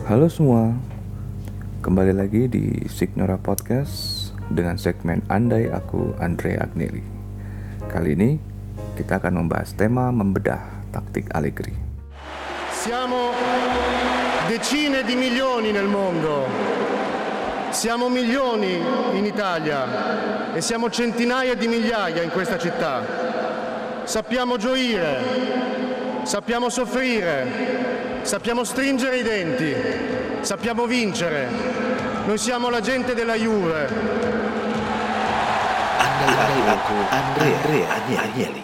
Halo semua, kembali lagi di Signora Podcast dengan segmen Andai Aku Andre Agnelli. Kali ini kita akan membahas tema membedah taktik Allegri. Siamo decine di milioni nel mondo, siamo milioni in Italia e siamo centinaia di migliaia in questa città. Sappiamo gioire, sappiamo soffrire, sappiamo stringere i denti, sappiamo vincere. Noi siamo la gente della Juve. Andai aku Andre Agnelli.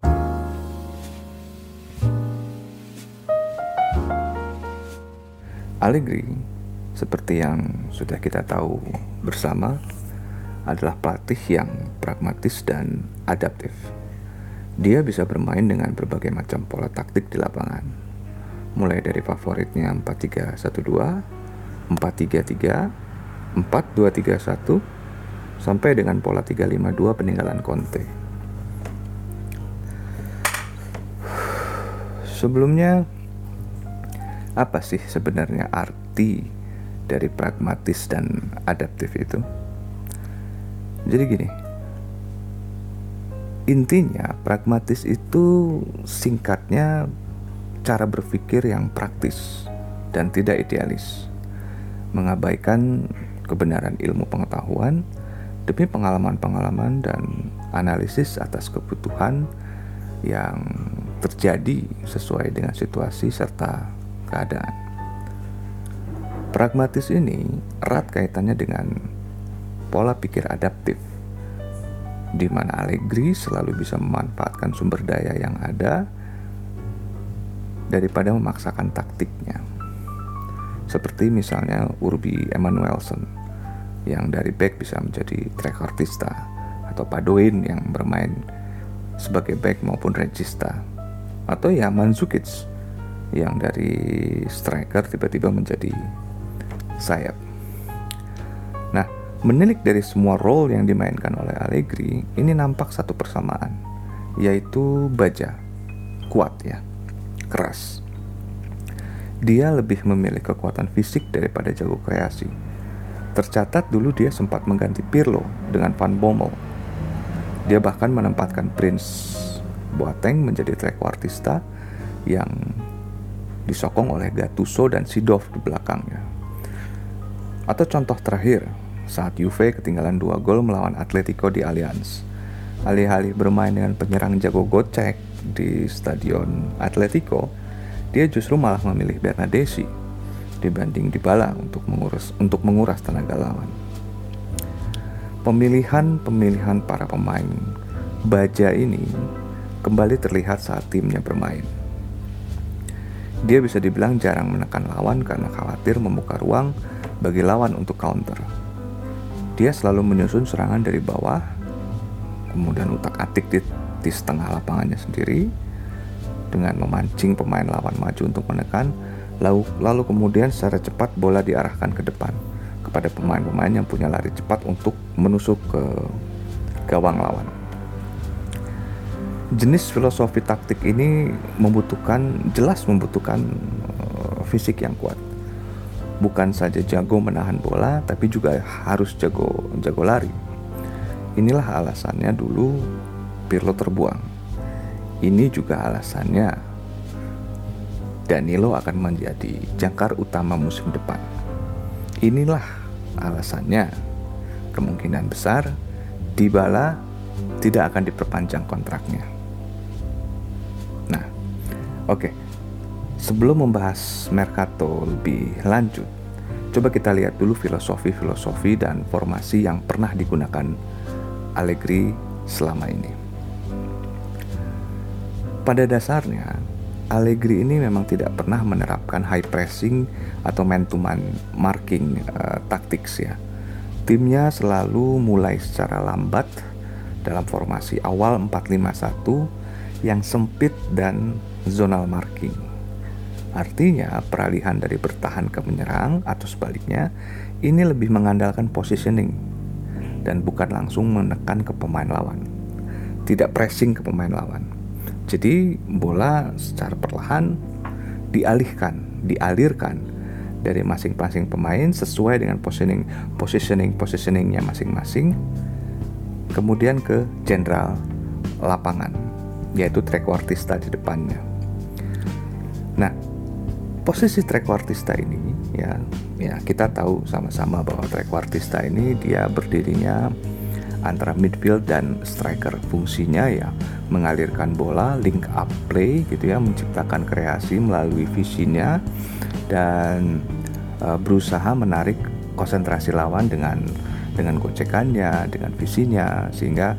Allegri, seperti yang sudah kita tahu bersama, adalah pelatih yang pragmatis dan adaptif. Dia bisa bermain dengan berbagai macam pola taktik di lapangan, mulai dari favoritnya 4-3-1-2, 4-3-3, 4-2-3-1, sampai dengan pola 3-5-2 peninggalan Conte. Sebelumnya, apa sih sebenarnya arti dari pragmatis dan adaptif itu? Jadi gini, intinya pragmatis itu singkatnya cara berpikir yang praktis dan tidak idealis, mengabaikan kebenaran ilmu pengetahuan demi pengalaman-pengalaman dan analisis atas kebutuhan yang terjadi sesuai dengan situasi serta keadaan. Pragmatis ini erat kaitannya dengan pola pikir adaptif, di mana Allegri selalu bisa memanfaatkan sumber daya yang ada daripada memaksakan taktiknya. Seperti misalnya Urbi Emanuelson yang dari back bisa menjadi trequartista, atau Padoin yang bermain sebagai back maupun regista, atau ya Mandzukic yang dari striker tiba-tiba menjadi sayap. Nah, menilik dari semua role yang dimainkan oleh Allegri, ini nampak satu persamaan, yaitu baja, kuat ya, keras. Dia lebih memilih kekuatan fisik daripada jago kreasi. Tercatat dulu dia sempat mengganti Pirlo dengan Van Bommel. Dia bahkan menempatkan Prince Boateng menjadi trequartista yang disokong oleh Gattuso dan Seedorf di belakangnya. Atau contoh terakhir, saat Juve ketinggalan 2 gol melawan Atletico di Allianz, alih-alih bermain dengan penyerang jago gocek di stadion Atletico, dia justru malah memilih Bernardeschi dibanding Dybala untuk menguras tenaga lawan. Pemilihan para pemain baja ini kembali terlihat saat timnya bermain. Dia bisa dibilang jarang menekan lawan karena khawatir membuka ruang bagi lawan untuk counter. Dia selalu menyusun serangan dari bawah, kemudian utak-atik di setengah lapangannya sendiri dengan memancing pemain lawan maju untuk menekan, lalu kemudian secara cepat bola diarahkan ke depan kepada pemain-pemain yang punya lari cepat untuk menusuk ke gawang lawan. Jenis filosofi taktik ini jelas membutuhkan fisik yang kuat. Bukan saja jago menahan bola, tapi juga harus jago lari. Inilah alasannya dulu Pirlo terbuang. Ini juga alasannya Danilo akan menjadi jangkar utama musim depan. Inilah alasannya kemungkinan besar Dybala tidak akan diperpanjang kontraknya. Nah, oke. Sebelum membahas Mercato lebih lanjut, coba kita lihat dulu filosofi dan formasi yang pernah digunakan Allegri selama ini. Pada dasarnya, Allegri ini memang tidak pernah menerapkan high pressing atau man-to-man marking tactics ya. Timnya selalu mulai secara lambat dalam formasi awal 4-5-1 yang sempit dan zonal marking. Artinya peralihan dari bertahan ke menyerang atau sebaliknya ini lebih mengandalkan positioning dan bukan langsung menekan ke pemain lawan. Tidak pressing ke pemain lawan. Jadi bola secara perlahan dialirkan dari masing-masing pemain sesuai dengan positioningnya masing-masing. Kemudian ke jenderal lapangan, yaitu trequartista di depannya. Nah, posisi trequartista ini ya kita tahu sama-sama bahwa trequartista ini dia berdirinya antara midfield dan striker. Fungsinya ya mengalirkan bola, link up play gitu ya, menciptakan kreasi melalui visinya dan berusaha menarik konsentrasi lawan dengan gocekannya, dengan visinya, sehingga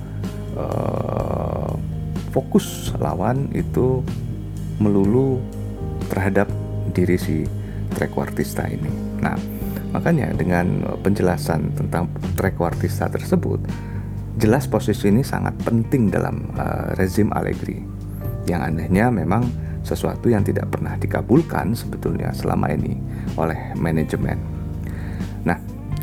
fokus lawan itu melulu terhadap diri si trequartista ini. Nah, makanya dengan penjelasan tentang trequartista tersebut, jelas posisi ini sangat penting dalam rezim Allegri. Yang anehnya memang sesuatu yang tidak pernah dikabulkan sebetulnya selama ini oleh manajemen. Nah,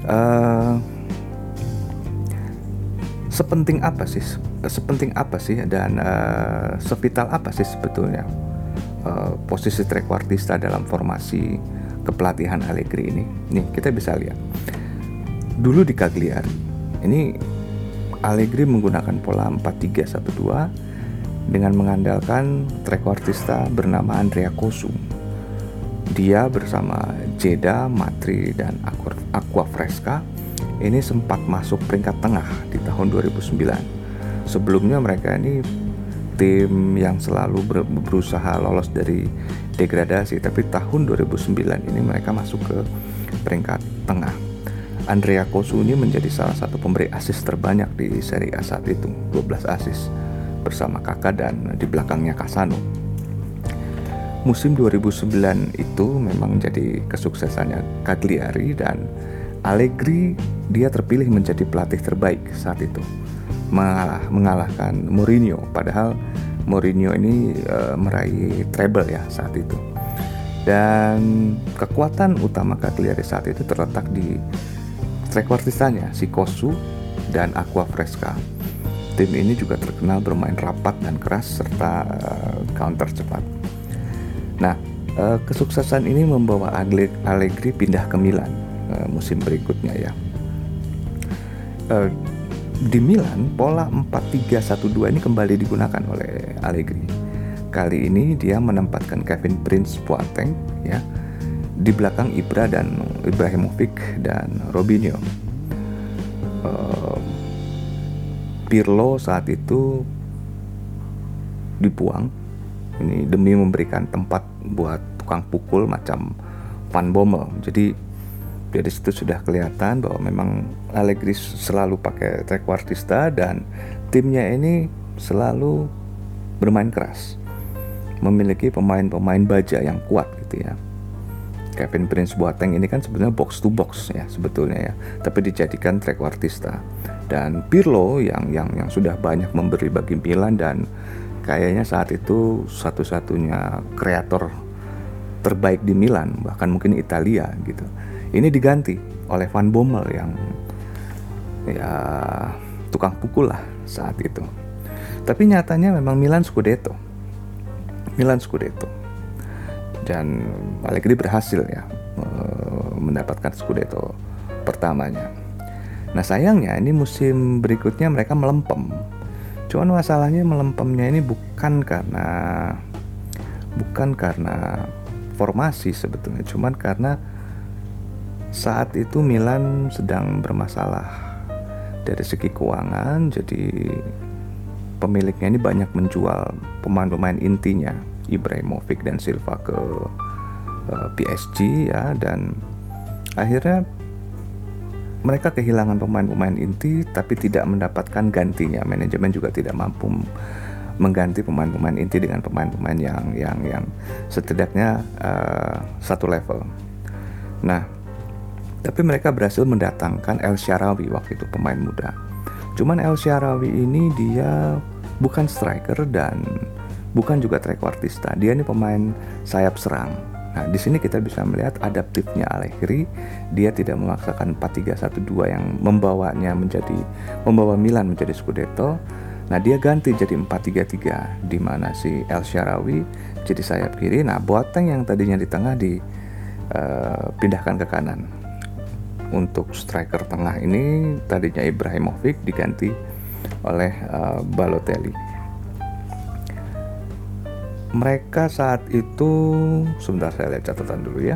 sepenting apa sih dan sevital apa sih sebetulnya posisi trequartista dalam formasi kepelatihan Allegri ini? Nih, kita bisa lihat. Dulu di Cagliari, ini Allegri menggunakan pola 4-3-1-2 dengan mengandalkan trequartista bernama Andrea Cosu. Dia bersama Jeda, Matri, dan Acquafresca ini sempat masuk peringkat tengah di tahun 2009. Sebelumnya mereka ini tim yang selalu berusaha lolos dari degradasi, tapi tahun 2009 ini mereka masuk ke peringkat tengah. Andrea Cosu ini menjadi salah satu pemberi assist terbanyak di Serie A saat itu, 12 assist bersama Kakak dan di belakangnya Cassano. Musim 2009 itu memang menjadi kesuksesannya Cagliari dan Allegri dia terpilih menjadi pelatih terbaik saat itu, mengalahkan Mourinho, padahal Mourinho ini meraih treble ya saat itu. Dan kekuatan utama Cagliari saat itu terletak di trequartistanya, si Cosu dan Acquafresca. Tim ini juga terkenal bermain rapat dan keras serta counter cepat. Nah, kesuksesan ini membawa Allegri pindah ke Milan musim berikutnya ya. Di Milan, pola 4-3-1-2 ini kembali digunakan oleh Allegri. Kali ini dia menempatkan Kevin Prince Boateng ya di belakang Ibra dan Ibrahimovic dan Robinho. Pirlo saat itu dibuang ini demi memberikan tempat buat tukang pukul macam Van Bommel. Jadi dari situ sudah kelihatan bahwa memang Allegri selalu pakai trequartista dan timnya ini selalu bermain keras, memiliki pemain-pemain baja yang kuat gitu ya. Kevin Prince Boateng ini kan sebenarnya box to box ya sebetulnya ya, tapi dijadikan trequartista. Dan Pirlo yang sudah banyak memberi bagi Milan dan kayaknya saat itu satu-satunya kreator terbaik di Milan, bahkan mungkin Italia gitu. Ini diganti oleh Van Bommel yang ya tukang pukul lah saat itu. Tapi nyatanya memang Milan Scudetto. Dan Allegri berhasil ya mendapatkan Scudetto pertamanya. Nah sayangnya ini musim berikutnya mereka melempem. Cuman masalahnya melempemnya ini bukan karena formasi sebetulnya, cuman karena saat itu Milan sedang bermasalah dari segi keuangan, jadi pemiliknya ini banyak menjual pemain-pemain intinya, Ibrahimovic dan Silva ke PSG ya, dan akhirnya mereka kehilangan pemain-pemain inti tapi tidak mendapatkan gantinya. Manajemen juga tidak mampu mengganti pemain-pemain inti dengan pemain-pemain yang setidaknya satu level. Nah, tapi mereka berhasil mendatangkan El Shaarawy waktu itu, pemain muda. Cuman El Shaarawy ini dia bukan striker dan bukan juga trequartista. Dia ini pemain sayap serang. Nah, di sini kita bisa melihat adaptifnya Allegri. Dia tidak memaksakan 4-3-1-2 yang membawa Milan menjadi Scudetto. Nah, dia ganti jadi 4-3-3 di mana si El Shaarawy jadi sayap kiri. Nah, Boateng yang tadinya di tengah pindahkan ke kanan. Untuk striker tengah ini tadinya Ibrahimovic diganti oleh Balotelli. Mereka saat itu, sebentar saya lihat catatan dulu ya.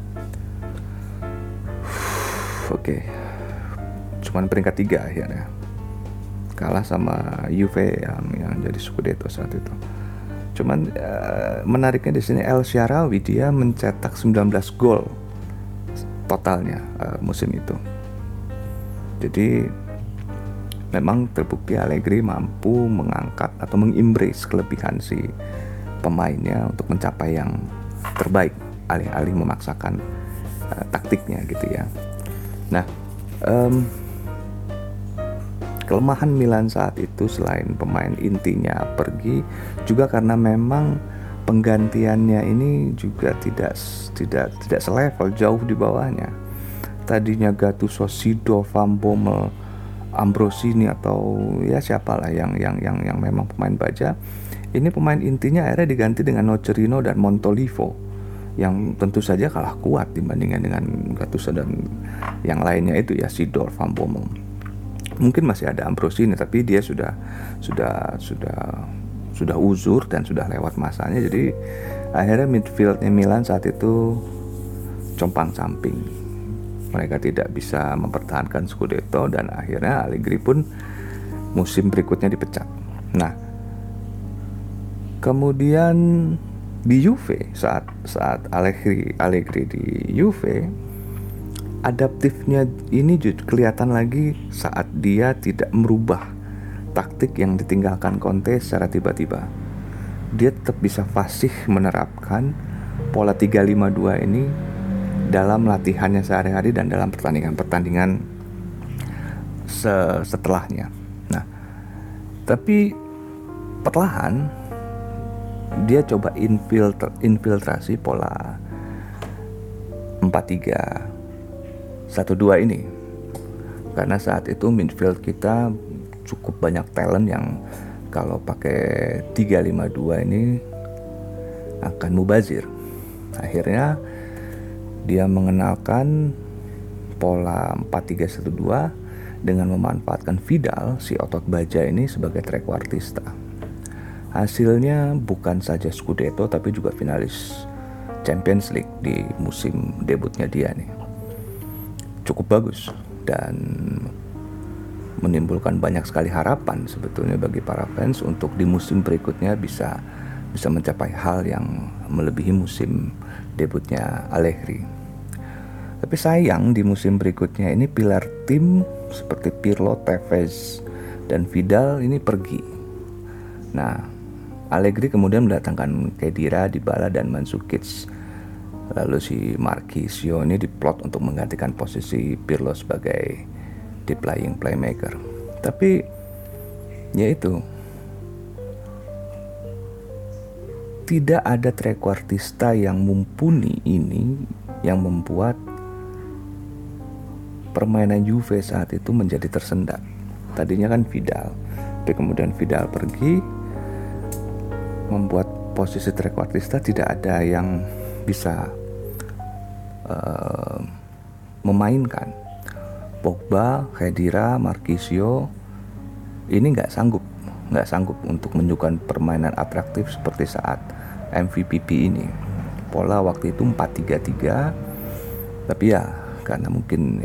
Oke, cuman peringkat 3 akhirnya, kalah sama Juve yang jadi Scudetto saat itu. Cuman menariknya di sini El Shaarawy dia mencetak 19 gol totalnya musim itu. Jadi memang terbukti Allegri mampu mengangkat atau mengembrace kelebihan si pemainnya untuk mencapai yang terbaik, alih-alih memaksakan taktiknya gitu ya. Nah, kelemahan Milan saat itu selain pemain intinya pergi, juga karena memang penggantiannya ini juga tidak selevel, jauh di bawahnya. Tadinya Gattuso, Sidorf, Van Bommel, Ambrosini atau ya siapalah yang memang pemain baja. Ini pemain intinya akhirnya diganti dengan Nocerino dan Montolivo, yang tentu saja kalah kuat dibandingkan dengan Gattuso dan yang lainnya itu ya, Sidorf, Van Bommel. Mungkin masih ada Ambrosini, tapi dia sudah uzur dan sudah lewat masanya. Jadi akhirnya midfieldnya Milan saat itu compang-camping. Mereka tidak bisa mempertahankan Scudetto dan akhirnya Allegri pun musim berikutnya dipecat. Nah, kemudian di Juve saat Allegri di Juve, adaptifnya ini kelihatan lagi saat dia tidak merubah taktik yang ditinggalkan Conte secara tiba-tiba. Dia tetap bisa fasih menerapkan pola 3-5-2 ini dalam latihannya sehari-hari dan dalam pertandingan setelahnya. Nah, tapi perlahan dia coba infiltrasi pola 4-3-1-2 ini, karena saat itu midfield kita cukup banyak talent yang kalau pakai 3-5-2 ini akan mubazir. Akhirnya dia mengenalkan pola 4-3-1-2 dengan memanfaatkan Vidal, si otot baja ini, sebagai trequartista. Hasilnya bukan saja Scudetto tapi juga finalis Champions League di musim debutnya dia nih. Cukup bagus dan menimbulkan banyak sekali harapan sebetulnya bagi para fans untuk di musim berikutnya bisa mencapai hal yang melebihi musim debutnya Allegri. Tapi sayang di musim berikutnya ini pilar tim seperti Pirlo, Tevez, dan Vidal ini pergi. Nah, Allegri kemudian mendatangkan Khedira, Dybala, dan Mandzukic. Lalu si Marchisio ini diplot untuk menggantikan posisi Pirlo sebagai deep lying playmaker. Tapi ya itu, tidak ada trequartista yang mumpuni ini yang membuat permainan Juve saat itu menjadi tersendat. Tadinya kan Vidal, tapi kemudian Vidal pergi, membuat posisi trequartista tidak ada yang bisa memainkan. Pogba, Khedira, Marchisio ini nggak sanggup untuk menunjukkan permainan atraktif seperti saat MVPP ini. Pola waktu itu 4-3-3, tapi ya karena mungkin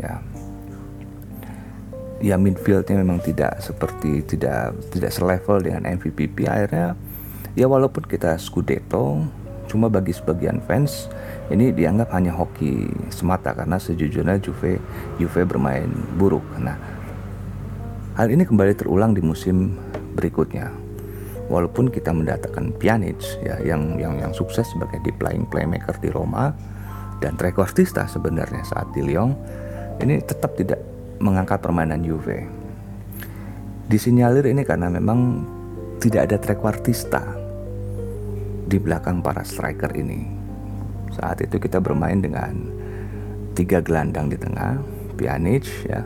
ya midfieldnya memang tidak selevel dengan MVPP, akhirnya ya walaupun kita Scudetto, cuma bagi sebagian fans ini dianggap hanya hoki semata karena sejujurnya Juve bermain buruk. Nah, hal ini kembali terulang di musim berikutnya. Walaupun kita mendatangkan Pjanic ya yang sukses sebagai deep lying playmaker di Roma dan trequartista sebenarnya saat di Lyon, ini tetap tidak mengangkat permainan Juve. Disinyalir ini karena memang tidak ada trequartista di belakang para striker ini. Saat itu kita bermain dengan 3 gelandang di tengah, Pjanic ya,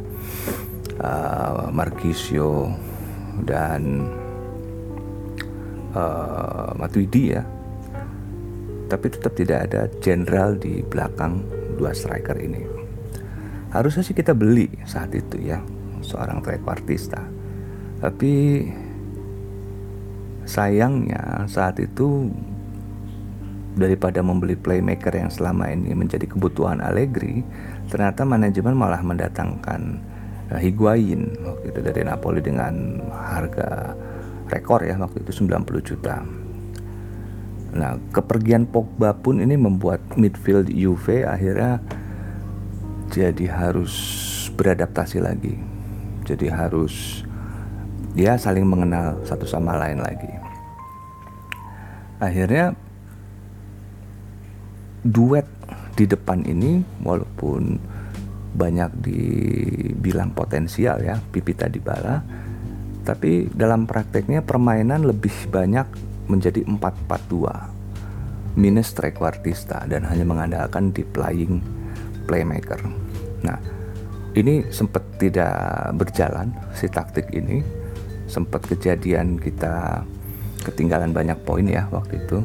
Marchisio dan Matuidi ya. tapi tetap tidak ada jenderal di belakang dua striker ini. Harusnya sih kita beli saat itu ya seorang trequartista, tapi sayangnya saat itu daripada membeli playmaker yang selama ini menjadi kebutuhan Allegri, ternyata manajemen malah mendatangkan Higuain waktu itu dari Napoli dengan harga rekor ya waktu itu 90 juta. Nah, kepergian Pogba pun ini membuat midfield Juve akhirnya jadi harus beradaptasi lagi. Jadi harus dia saling mengenal satu sama lain lagi. Akhirnya duet di depan ini walaupun banyak dibilang potensial ya, Pipita Dybala, tapi dalam prakteknya permainan lebih banyak menjadi 4-4-2 minus trequartista dan hanya mengandalkan deep lying playmaker. Nah, ini sempat tidak berjalan si taktik ini, sempat kejadian kita ketinggalan banyak poin ya waktu itu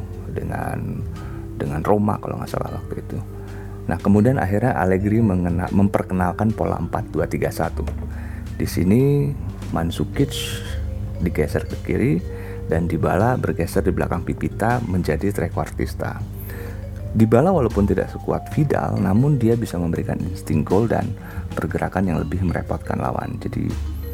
dengan Roma kalau nggak salah waktu itu. Nah, kemudian akhirnya Allegri memperkenalkan pola 4-2-3-1. Di sini Mandzukic digeser ke kiri dan Dybala bergeser di belakang Pipita menjadi trequartista. Dybala walaupun tidak sekuat Vidal, namun dia bisa memberikan insting gol dan pergerakan yang lebih merepotkan lawan. Jadi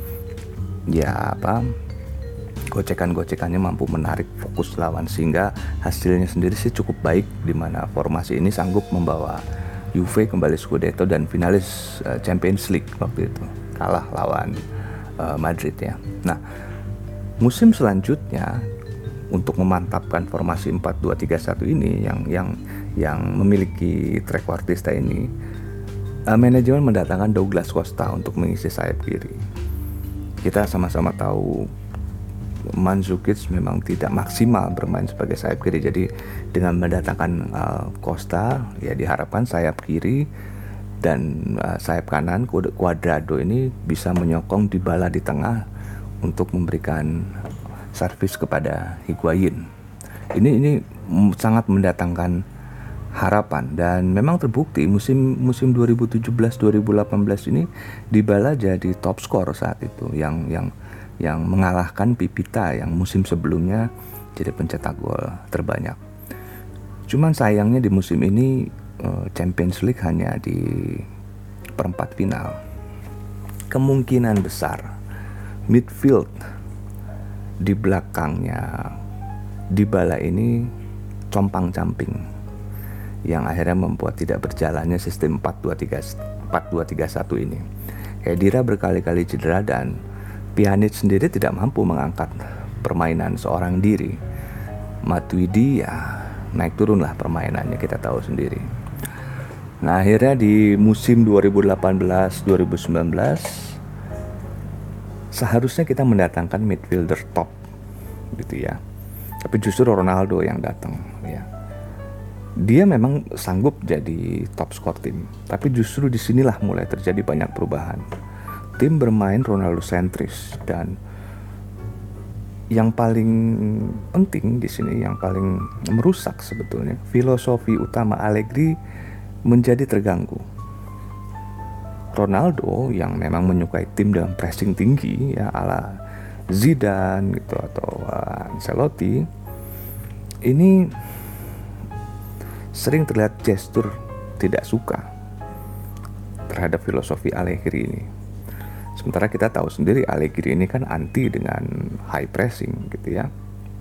ya gocekan-gocekannya mampu menarik fokus lawan sehingga hasilnya sendiri sih cukup baik, di mana formasi ini sanggup membawa Juve kembali Scudetto dan finalis Champions League waktu itu, kalah lawan Madrid ya. Nah, musim selanjutnya untuk memantapkan formasi 4-2-3-1 ini yang memiliki trequartista ini, manajemen mendatangkan Douglas Costa untuk mengisi sayap kiri. Kita sama-sama tahu Mandzukic memang tidak maksimal bermain sebagai sayap kiri, jadi dengan mendatangkan Costa ya diharapkan sayap kiri dan sayap kanan Cuadrado ini bisa menyokong Dybala di tengah untuk memberikan servis kepada Higuain. Ini sangat mendatangkan harapan dan memang terbukti musim 2017-2018 ini Dybala jadi top skor saat itu yang mengalahkan Pipita yang musim sebelumnya jadi pencetak gol terbanyak. Cuman sayangnya di musim ini Champions League hanya di perempat final. Kemungkinan besar midfield di belakangnya Dybala ini compang-camping yang akhirnya membuat tidak berjalannya sistem 4-2-3-1 ini. Khedira berkali-kali cedera dan Pjanic sendiri tidak mampu mengangkat permainan seorang diri. Matuidi ya naik turun lah permainannya, kita tahu sendiri. Nah, akhirnya di musim 2018-2019 seharusnya kita mendatangkan midfielder top gitu ya. Tapi justru Ronaldo yang datang ya. Dia memang sanggup jadi top skor tim, tapi justru disinilah mulai terjadi banyak perubahan. Tim bermain Ronaldo sentris dan yang paling penting di sini, yang paling merusak sebetulnya, filosofi utama Allegri menjadi terganggu. Ronaldo yang memang menyukai tim dengan pressing tinggi ya ala Zidane gitu atau Ancelotti, ini sering terlihat gestur tidak suka terhadap filosofi Allegri ini. Sementara kita tahu sendiri Allegri ini kan anti dengan high pressing gitu ya.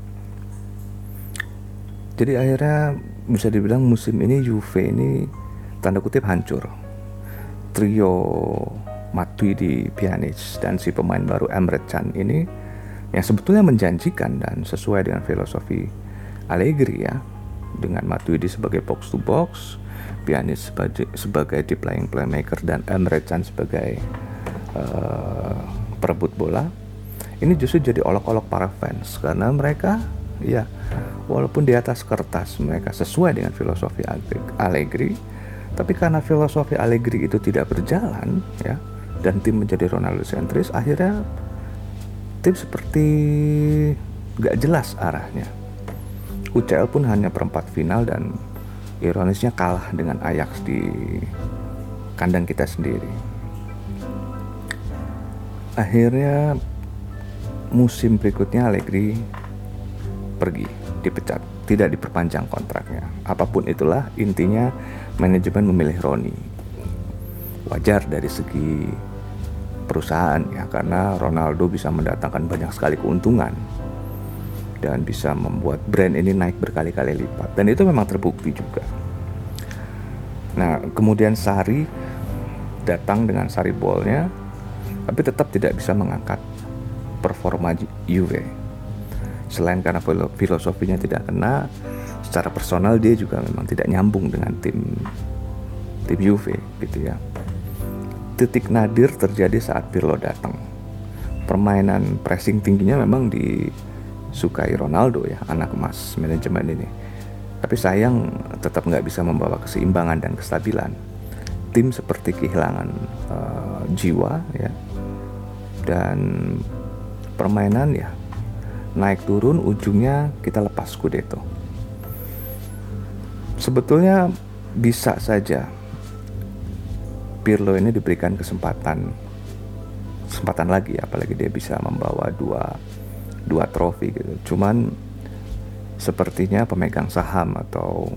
Jadi akhirnya bisa dibilang musim ini Juve ini tanda kutip hancur. Trio Matuidi, Pjanic dan si pemain baru Emre Can ini yang sebetulnya menjanjikan dan sesuai dengan filosofi Allegri ya, dengan Matuidi sebagai box to box, Pjanic sebagai deep lying playmaker dan Emre Can sebagai perebut bola. Ini justru jadi olok-olok para fans karena mereka ya walaupun di atas kertas mereka sesuai dengan filosofi Allegri, tapi karena filosofi Allegri itu tidak berjalan ya dan tim menjadi Ronaldo sentris, akhirnya tim seperti gak jelas arahnya. UCL pun hanya perempat final dan ironisnya kalah dengan Ajax di kandang kita sendiri. Akhirnya musim berikutnya Allegri pergi, dipecat, tidak diperpanjang kontraknya. Apapun itulah, intinya manajemen memilih Roni. Wajar dari segi perusahaan ya, karena Ronaldo bisa mendatangkan banyak sekali keuntungan dan bisa membuat brand ini naik berkali-kali lipat, dan itu memang terbukti juga. Nah, kemudian Sarri datang dengan Sarri ball-nya, tapi tetap tidak bisa mengangkat performa Juve. Selain karena filosofinya tidak kena, secara personal dia juga memang tidak nyambung dengan tim Juve gitu ya. Titik nadir terjadi saat Pirlo datang. Permainan pressing tingginya memang disukai Ronaldo ya, anak emas manajemen ini. Tapi sayang tetap nggak bisa membawa keseimbangan dan kestabilan. Tim seperti kehilangan jiwa ya, dan permainan ya naik turun, ujungnya kita lepas Scudetto. Sebetulnya bisa saja Pirlo ini diberikan kesempatan lagi, apalagi dia bisa membawa dua trofi gitu. Cuman sepertinya pemegang saham atau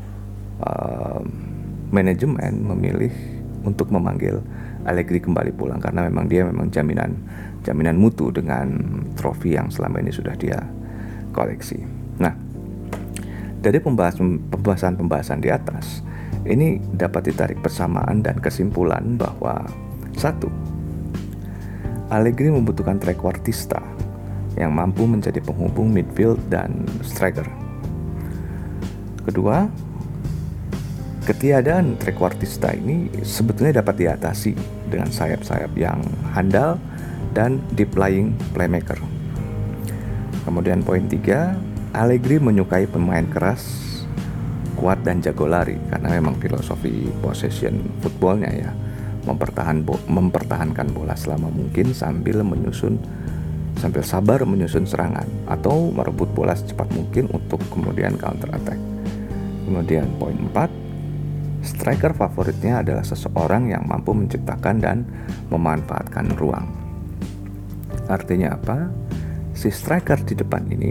manajemen memilih untuk memanggil Allegri kembali pulang, karena memang dia jaminan mutu dengan trofi yang selama ini sudah dia koleksi. Nah, dari pembahasan di atas ini dapat ditarik persamaan dan kesimpulan bahwa 1. Allegri membutuhkan trequartista yang mampu menjadi penghubung midfield dan striker. Kedua, ketiadaan trequartista ini sebetulnya dapat diatasi dengan sayap-sayap yang handal dan deep lying playmaker. Kemudian poin 3, Allegri menyukai pemain keras, kuat dan jago lari, karena memang filosofi possession footballnya ya, mempertahankan bola selama mungkin sambil sabar menyusun serangan atau merebut bola secepat mungkin untuk kemudian counter attack. Kemudian poin 4, striker favoritnya adalah seseorang yang mampu menciptakan dan memanfaatkan ruang. Artinya apa? Si striker di depan ini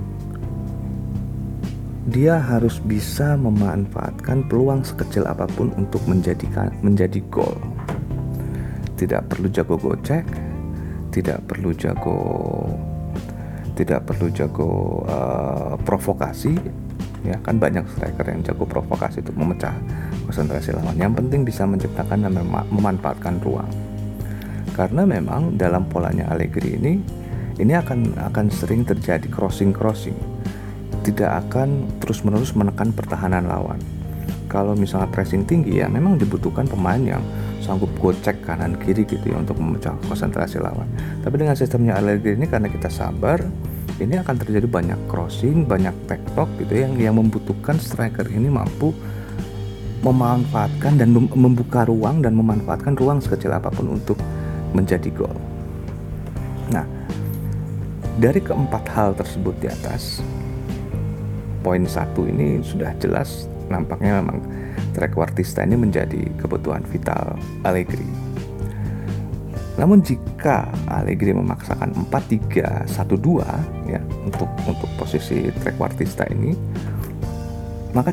dia harus bisa memanfaatkan peluang sekecil apapun untuk menjadi gol. Tidak perlu jago gocek, tidak perlu jago provokasi. Ya kan banyak striker yang jago provokasi untuk memecah konsentrasi lawan. Yang penting bisa menciptakan dan memanfaatkan ruang. Karena memang dalam polanya Allegri ini akan sering terjadi crossing. Tidak akan terus-menerus menekan pertahanan lawan. Kalau misalnya pressing tinggi ya memang dibutuhkan pemain yang sanggup gocek kanan kiri gitu ya untuk memecah konsentrasi lawan. Tapi dengan sistemnya Allegri ini, karena kita sabar, ini akan terjadi banyak crossing, banyak tektok gitu yang membutuhkan striker ini mampu memanfaatkan dan membuka ruang dan memanfaatkan ruang sekecil apapun untuk menjadi gol. Nah, dari keempat hal tersebut di atas, poin 1 ini sudah jelas, nampaknya memang trequartista ini menjadi kebutuhan vital Allegri. Namun jika Allegri memaksakan 4-3-1-2 ya untuk posisi trequartista ini, maka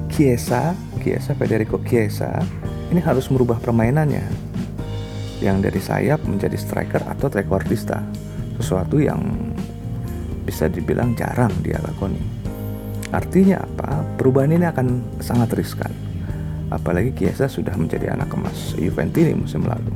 Federico Chiesa ini harus merubah permainannya yang dari sayap menjadi striker atau trequartista, sesuatu yang bisa dibilang jarang dia lakoni. Artinya apa? Perubahan ini akan sangat riskan. Apalagi Chiesa sudah menjadi anak emas Juventini musim lalu.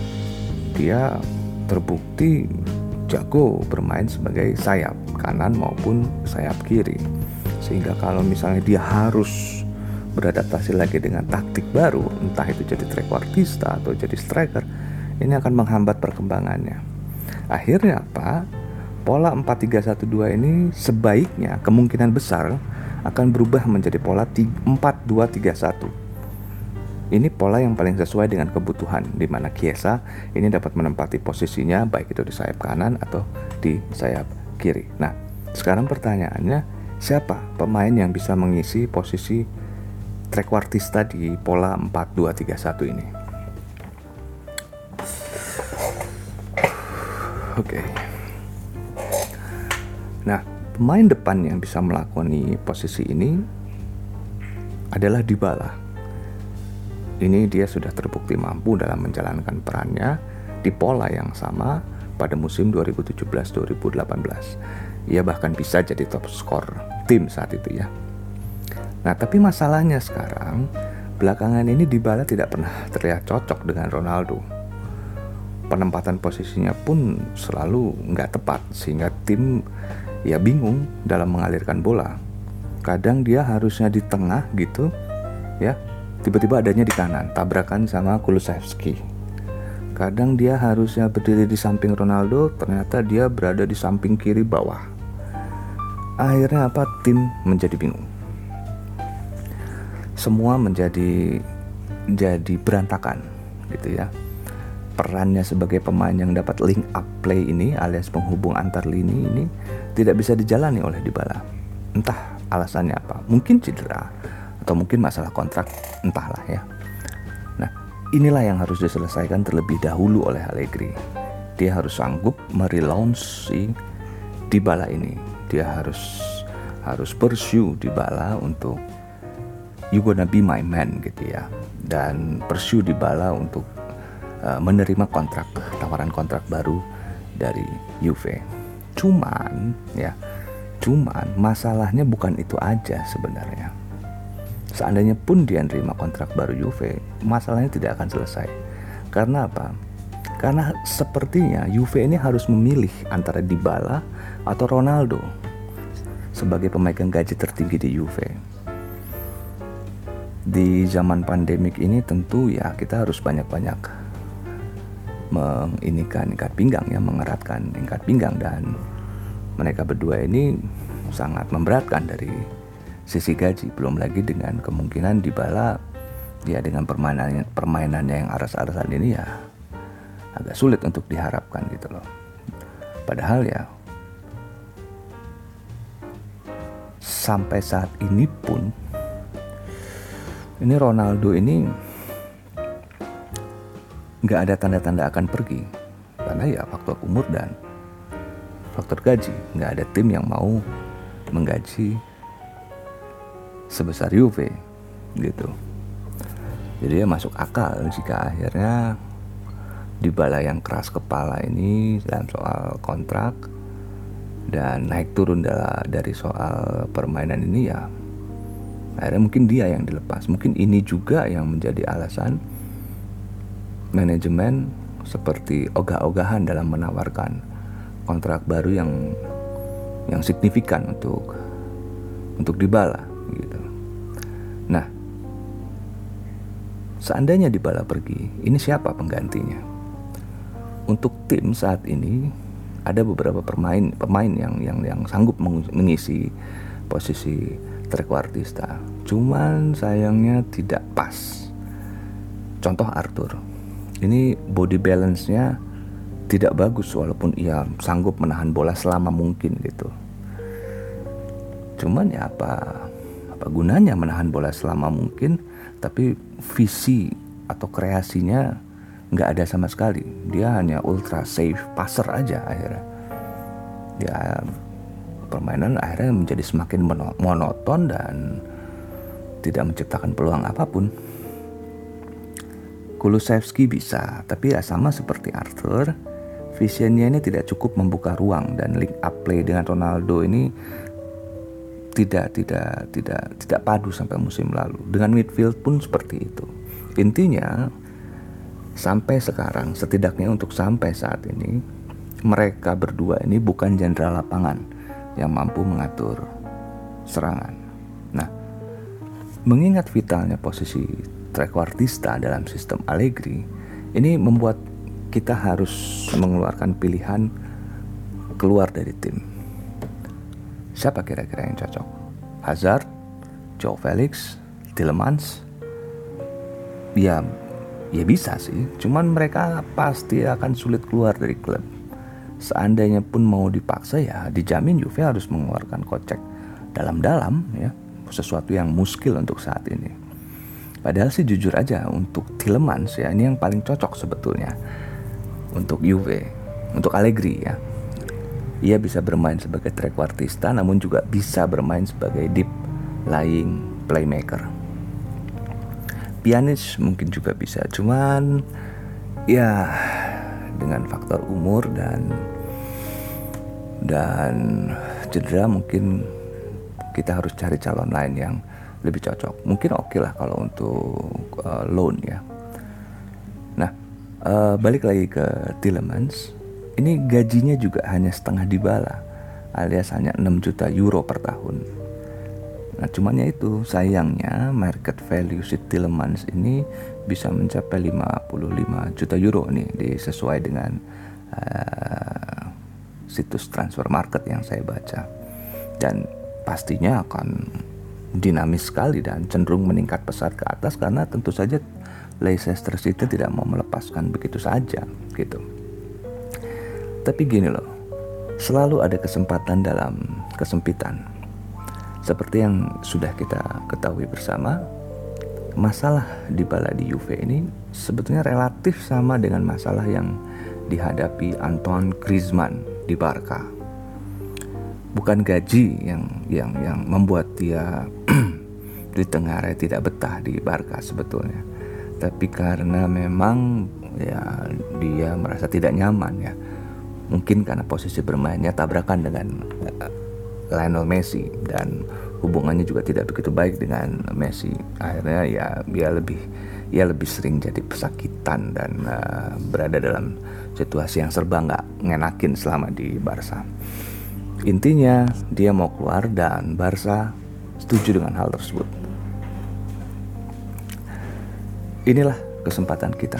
Dia terbukti jago bermain sebagai sayap kanan maupun sayap kiri. Sehingga kalau misalnya dia harus beradaptasi lagi dengan taktik baru, entah itu jadi trequartista atau jadi striker, ini akan menghambat perkembangannya. Akhirnya apa? Pola 4-3-1-2 ini sebaiknya kemungkinan besar akan berubah menjadi pola 4-2-3-1. Ini pola yang paling sesuai dengan kebutuhan, di mana Chiesa ini dapat menempati posisinya baik itu di sayap kanan atau di sayap kiri. Nah, sekarang pertanyaannya, Siapa pemain yang bisa mengisi posisi trequartista di pola 4-2-3-1 ini? Oke. Nah, pemain depan yang bisa melakoni posisi ini adalah Dybala. Ini dia sudah terbukti mampu dalam menjalankan perannya di pola yang sama pada musim 2017-2018. Ia bahkan bisa jadi top skor tim saat itu ya. Nah, tapi masalahnya sekarang, belakangan ini Dybala tidak pernah terlihat cocok dengan Ronaldo. Penempatan posisinya pun selalu nggak tepat, sehingga tim ya bingung dalam mengalirkan bola. Kadang dia harusnya di tengah gitu ya, tiba-tiba adanya di kanan, tabrakan sama Kulusevski. Kadang dia harusnya berdiri di samping Ronaldo, ternyata dia berada di samping kiri bawah. Akhirnya apa? Tim menjadi bingung. Semua menjadi berantakan gitu ya. Perannya sebagai pemain yang dapat link up play ini alias penghubung antar lini ini tidak bisa dijalani oleh Dybala. Entah alasannya apa, mungkin cedera atau mungkin masalah kontrak, entahlah ya. Nah, inilah yang harus diselesaikan terlebih dahulu oleh Allegri. Dia harus sanggup merelaunch si Dybala ini. Dia harus pursue Dybala untuk you gonna be my man gitu ya, dan pursue Dybala untuk menerima tawaran kontrak baru dari Juve. Cuman masalahnya bukan itu aja sebenarnya. Seandainya pun dia nerima kontrak baru Juve, masalahnya tidak akan selesai. Karena apa? Karena sepertinya Juve ini harus memilih antara Dybala atau Ronaldo sebagai pemegang gaji tertinggi di Juve. Di zaman pandemik ini tentu ya kita harus banyak-banyak mengeratkan ikat pinggang, dan mereka berdua ini sangat memberatkan dari sisi gaji, belum lagi dengan kemungkinan Dybala ya dengan permainannya yang aras-arasan ini ya agak sulit untuk diharapkan gitu loh. Padahal ya sampai saat ini pun ini Ronaldo ini nggak ada tanda-tanda akan pergi karena ya faktor umur dan faktor gaji. Nggak ada tim yang mau menggaji sebesar Juve gitu. Jadi ya masuk akal jika akhirnya Dybala yang keras kepala ini dalam soal kontrak dan naik turun dari soal permainan ini ya akhirnya mungkin dia yang dilepas. Mungkin ini juga yang menjadi alasan manajemen seperti ogah-ogahan dalam menawarkan kontrak baru yang signifikan untuk Dybala gitu. Nah, seandainya Dybala pergi, ini siapa penggantinya? Untuk tim saat ini ada beberapa pemain yang sanggup mengisi posisi trequartista. Cuman sayangnya tidak pas. Contoh Arthur. Ini body balance-nya tidak bagus walaupun ia sanggup menahan bola selama mungkin gitu. Cuman ya apa gunanya menahan bola selama mungkin tapi visi atau kreasinya nggak ada sama sekali. Dia hanya ultra safe passer aja akhirnya. Ya permainan akhirnya menjadi semakin monoton dan tidak menciptakan peluang apapun. Kulusevski bisa, tapi ya sama seperti Arthur, visionnya ini tidak cukup membuka ruang, dan link up play dengan Ronaldo ini tidak padu sampai musim lalu. Dengan midfield pun seperti itu. Intinya sampai sekarang, setidaknya untuk sampai saat ini, mereka berdua ini bukan jenderal lapangan yang mampu mengatur serangan. Nah, mengingat vitalnya posisi trequartista dalam sistem Allegri, ini membuat kita harus mengeluarkan pilihan keluar dari tim. Siapa kira-kira yang cocok? Hazard, Joao Felix, Tielemans? Ya bisa sih, cuman mereka pasti akan sulit keluar dari klub. Seandainya pun mau dipaksa ya dijamin Juve harus mengeluarkan kocek dalam-dalam ya, sesuatu yang muskil untuk saat ini. Padahal sih jujur aja untuk Tielemans ya, ini yang paling cocok sebetulnya untuk Juve, untuk Allegri ya. Ia bisa bermain sebagai trequartista namun juga bisa bermain sebagai deep lying playmaker. Pjanic mungkin juga bisa, cuman ya dengan faktor umur dan cedera mungkin kita harus cari calon lain yang lebih cocok. Mungkin oke lah kalau untuk loan ya. Nah, balik lagi ke Tielemans. Ini gajinya juga hanya setengah Dybala, alias hanya 6 juta euro per tahun. Nah, cuman ya itu sayangnya market value si Tielemans ini bisa mencapai 55 juta euro nih, sesuai dengan situs transfer market yang saya baca. Dan pastinya akan dinamis sekali dan cenderung meningkat pesat ke atas karena tentu saja Leicester City tidak mau melepaskan begitu saja gitu. Tapi gini loh, selalu ada kesempatan dalam kesempitan. Seperti yang sudah kita ketahui bersama, masalah Dybala di Juve ini sebetulnya relatif sama dengan masalah yang dihadapi Antoine Griezmann di Barca. Bukan gaji yang membuat dia di tengah area tidak betah di Barca sebetulnya, tapi karena memang ya dia merasa tidak nyaman ya. Mungkin karena posisi bermainnya tabrakan dengan Lionel Messi dan hubungannya juga tidak begitu baik dengan Messi. Akhirnya ya dia lebih sering jadi pesakitan dan berada dalam situasi yang serba nggak ngenakin selama di Barca. Intinya dia mau keluar dan Barca setuju dengan hal tersebut. Inilah kesempatan kita.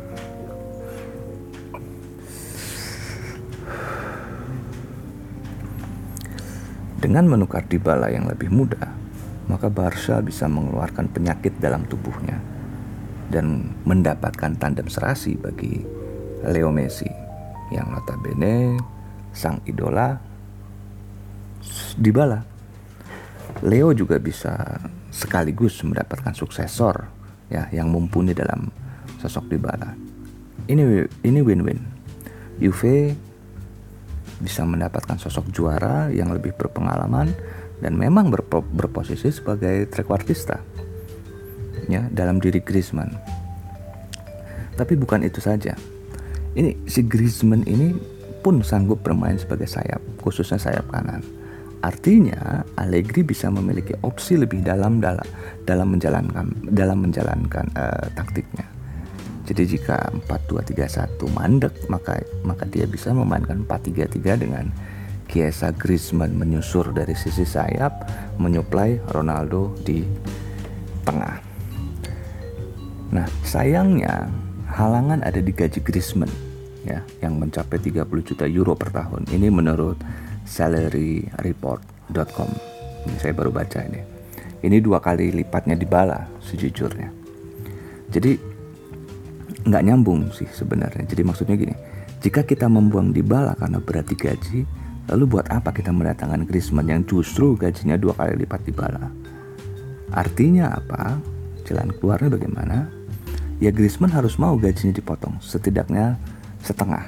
Dengan menukar Dybala yang lebih muda, maka Barca bisa mengeluarkan penyakit dalam tubuhnya dan mendapatkan tandem serasi bagi Leo Messi yang notabene sang idola Dybala. Leo juga bisa sekaligus mendapatkan suksesor ya yang mumpuni dalam sosok Dybala. Ini win-win. Juve bisa mendapatkan sosok juara yang lebih berpengalaman dan memang berposisi sebagai trequartista ya dalam diri Griezmann. Tapi bukan itu saja. Ini si Griezmann ini pun sanggup bermain sebagai sayap, khususnya sayap kanan. Artinya Allegri bisa memiliki opsi lebih dalam menjalankan taktiknya. Jadi jika 4-2-3-1 mandek, maka dia bisa memainkan 4-3-3 dengan Chiesa, Griezmann menyusur dari sisi sayap, menyuplai Ronaldo di tengah. Nah, sayangnya halangan ada di gaji Griezmann ya, yang mencapai 30 juta euro per tahun. Ini menurut SalaryReport.com. Ini saya baru baca ini. Ini 2 kali lipatnya Dybala sejujurnya. Jadi nggak nyambung sih sebenarnya. Jadi maksudnya gini, jika kita membuang Dybala karena berat di gaji, lalu buat apa kita mendatangkan Griezmann yang justru gajinya 2 kali lipat Dybala? Artinya apa? Jalan keluarnya bagaimana? Ya Griezmann harus mau gajinya dipotong setidaknya setengah.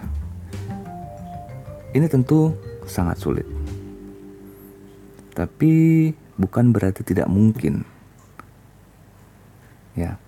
Ini tentu sangat sulit. Tapi bukan berarti tidak mungkin ya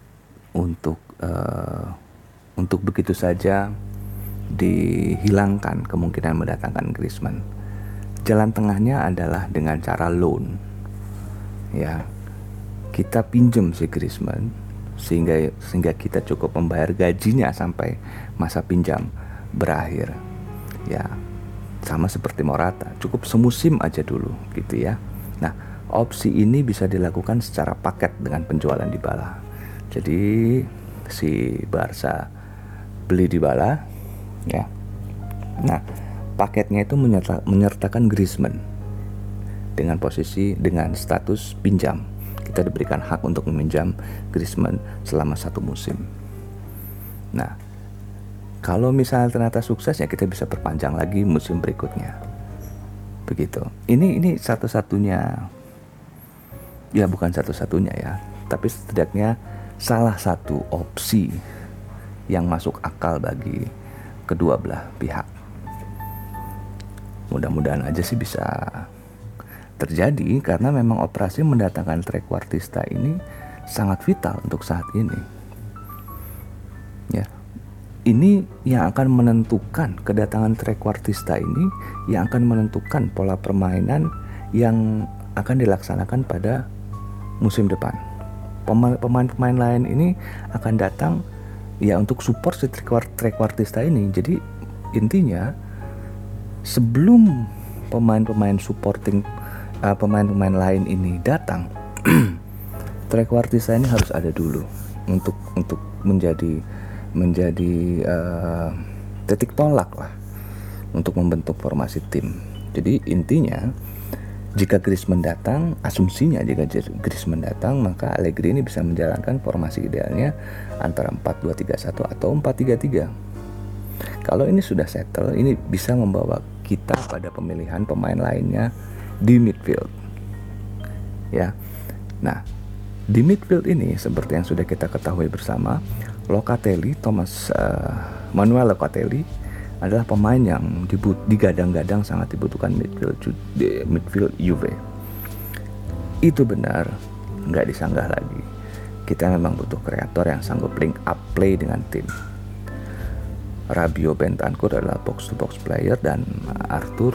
untuk begitu saja dihilangkan kemungkinan mendatangkan Griezmann. Jalan tengahnya adalah dengan cara loan. Ya, kita pinjam si Griezmann sehingga kita cukup membayar gajinya sampai masa pinjam berakhir. Ya, sama seperti Morata, cukup semusim aja dulu gitu ya. Nah, opsi ini bisa dilakukan secara paket dengan penjualan Dybala. Jadi si Barca beli Dybala ya. Nah, paketnya itu menyertakan Griezmann dengan status pinjam. Kita diberikan hak untuk meminjam Griezmann selama 1 musim. Nah, kalau misalnya ternyata sukses ya kita bisa perpanjang lagi musim berikutnya. Begitu. Ini satu-satunya Ya bukan satu-satunya ya, tapi setidaknya salah satu opsi yang masuk akal bagi kedua belah pihak. Mudah-mudahan aja sih bisa terjadi, karena memang operasi mendatangkan trequartista ini sangat vital untuk saat ini. Ya, ini yang akan menentukan, kedatangan trequartista ini yang akan menentukan pola permainan yang akan dilaksanakan pada musim depan. Pemain-pemain lain ini akan datang ya untuk support si trequartista ini. Jadi intinya sebelum pemain-pemain supporting pemain-pemain lain ini datang, trequartista ini harus ada dulu untuk menjadi titik tolak lah untuk membentuk formasi tim. Jadi intinya jika Griezmann datang, asumsinya jika Griezmann datang, maka Allegri ini bisa menjalankan formasi idealnya antara 4-2-3-1 atau 4-3-3. Kalau ini sudah settle, ini bisa membawa kita pada pemilihan pemain lainnya di midfield. Ya. Nah, di midfield ini seperti yang sudah kita ketahui bersama, Manuel Locatelli adalah pemain yang digadang-gadang sangat dibutuhkan midfield Juve. Itu benar, nggak disanggah lagi. Kita memang butuh kreator yang sanggup link up play dengan tim. Rabiot Bentancur adalah box-to-box player, dan Arthur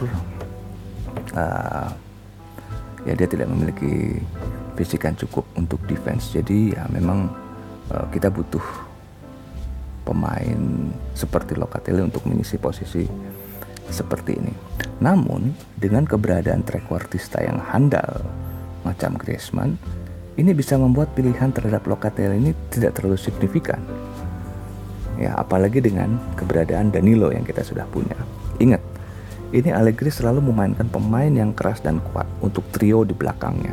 ya dia tidak memiliki fisik yang cukup untuk defense. Jadi ya memang kita butuh pemain seperti Locatelli untuk mengisi posisi seperti ini. Namun dengan keberadaan trequartista yang handal macam Griezmann, ini bisa membuat pilihan terhadap Locatelli ini tidak terlalu signifikan. Ya, apalagi dengan keberadaan Danilo yang kita sudah punya. Ingat, ini Allegri selalu memainkan pemain yang keras dan kuat untuk trio di belakangnya.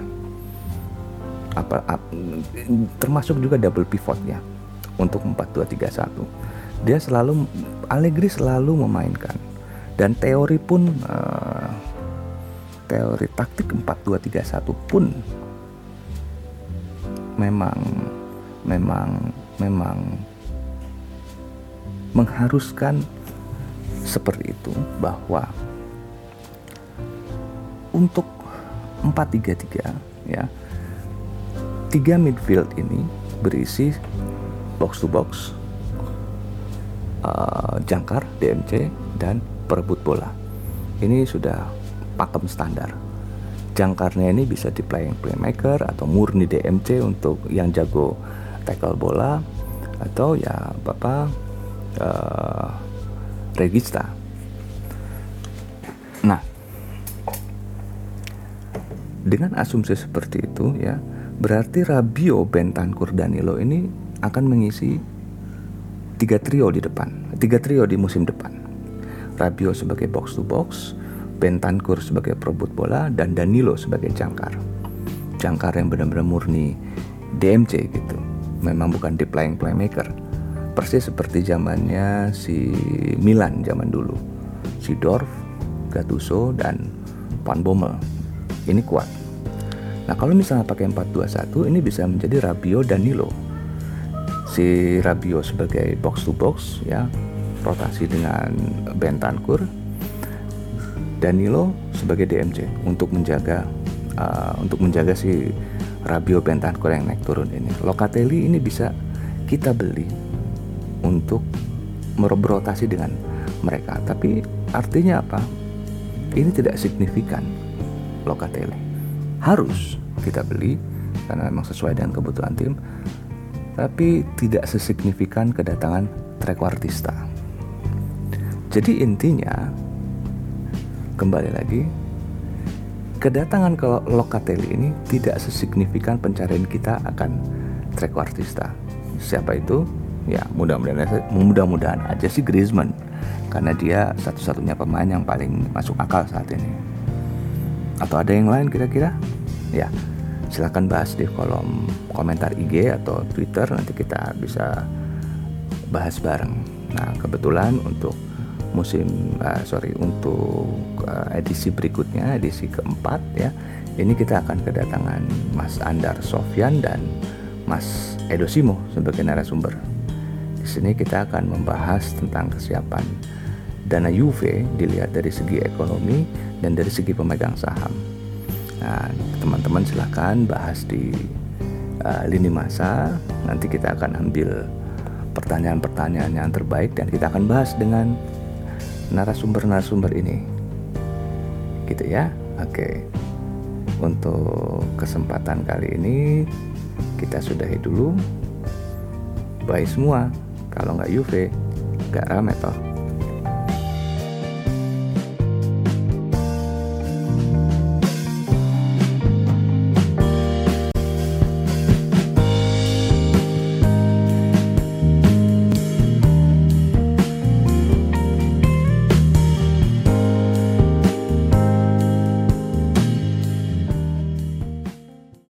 Termasuk juga double pivotnya untuk 4-2-3-1. Allegri selalu memainkan, dan teori pun teori taktik 4-2-3-1 pun memang mengharuskan seperti itu, bahwa untuk 4-3-3 ya, 3 midfield ini berisi box to box, jangkar, DMC, dan perebut bola. Ini sudah pakem standar. Jangkarnya ini bisa di playmaker atau murni DMC untuk yang jago tackle bola, atau ya regista. Nah, dengan asumsi seperti itu ya, berarti Rabiot, Bentancur, Danilo ini akan mengisi 3 trio di musim depan. Rabiot sebagai box to box, Bentancur sebagai perebut bola, dan Danilo sebagai jangkar yang benar-benar murni DMC gitu. Memang bukan di playmaker. Persis seperti zamannya si Milan zaman dulu. Seedorf, Gattuso, dan Van Bommel. Ini kuat. Nah, kalau misalnya pakai 4-2-1, ini bisa menjadi Rabiot, Danilo. Si Rabiot sebagai box to box ya, rotasi dengan Bentancur, Danilo sebagai DMC untuk menjaga si Rabiot, Bentancur yang naik turun ini. Locatelli ini bisa kita beli untuk berotasi dengan mereka, tapi artinya apa? Ini tidak signifikan. Locatelli harus kita beli karena memang sesuai dengan kebutuhan tim, tapi tidak sesignifikan kedatangan trequartista. Jadi intinya, kembali lagi, kedatangan ke Locatelli ini tidak sesignifikan pencarian kita akan trequartista. Siapa itu? Ya mudah-mudahan aja sih Griezmann, karena dia satu-satunya pemain yang paling masuk akal saat ini. Atau ada yang lain kira-kira? Ya, silakan bahas di kolom komentar IG atau Twitter, nanti kita bisa bahas bareng. Nah, kebetulan untuk untuk edisi berikutnya, edisi keempat ya, Ini kita akan kedatangan Mas Andar Sofyan dan Mas Edo Simo sebagai narasumber. Di sini kita akan membahas tentang kesiapan dana Juve dilihat dari segi ekonomi dan dari segi pemegang saham. Nah, teman-teman silahkan bahas di lini masa. Nanti kita akan ambil pertanyaan-pertanyaan yang terbaik dan kita akan bahas dengan narasumber-narasumber ini. Gitu ya. Oke. Untuk kesempatan kali ini kita sudahi dulu. Bye semua. Kalau nggak Juve, nggak rame toh.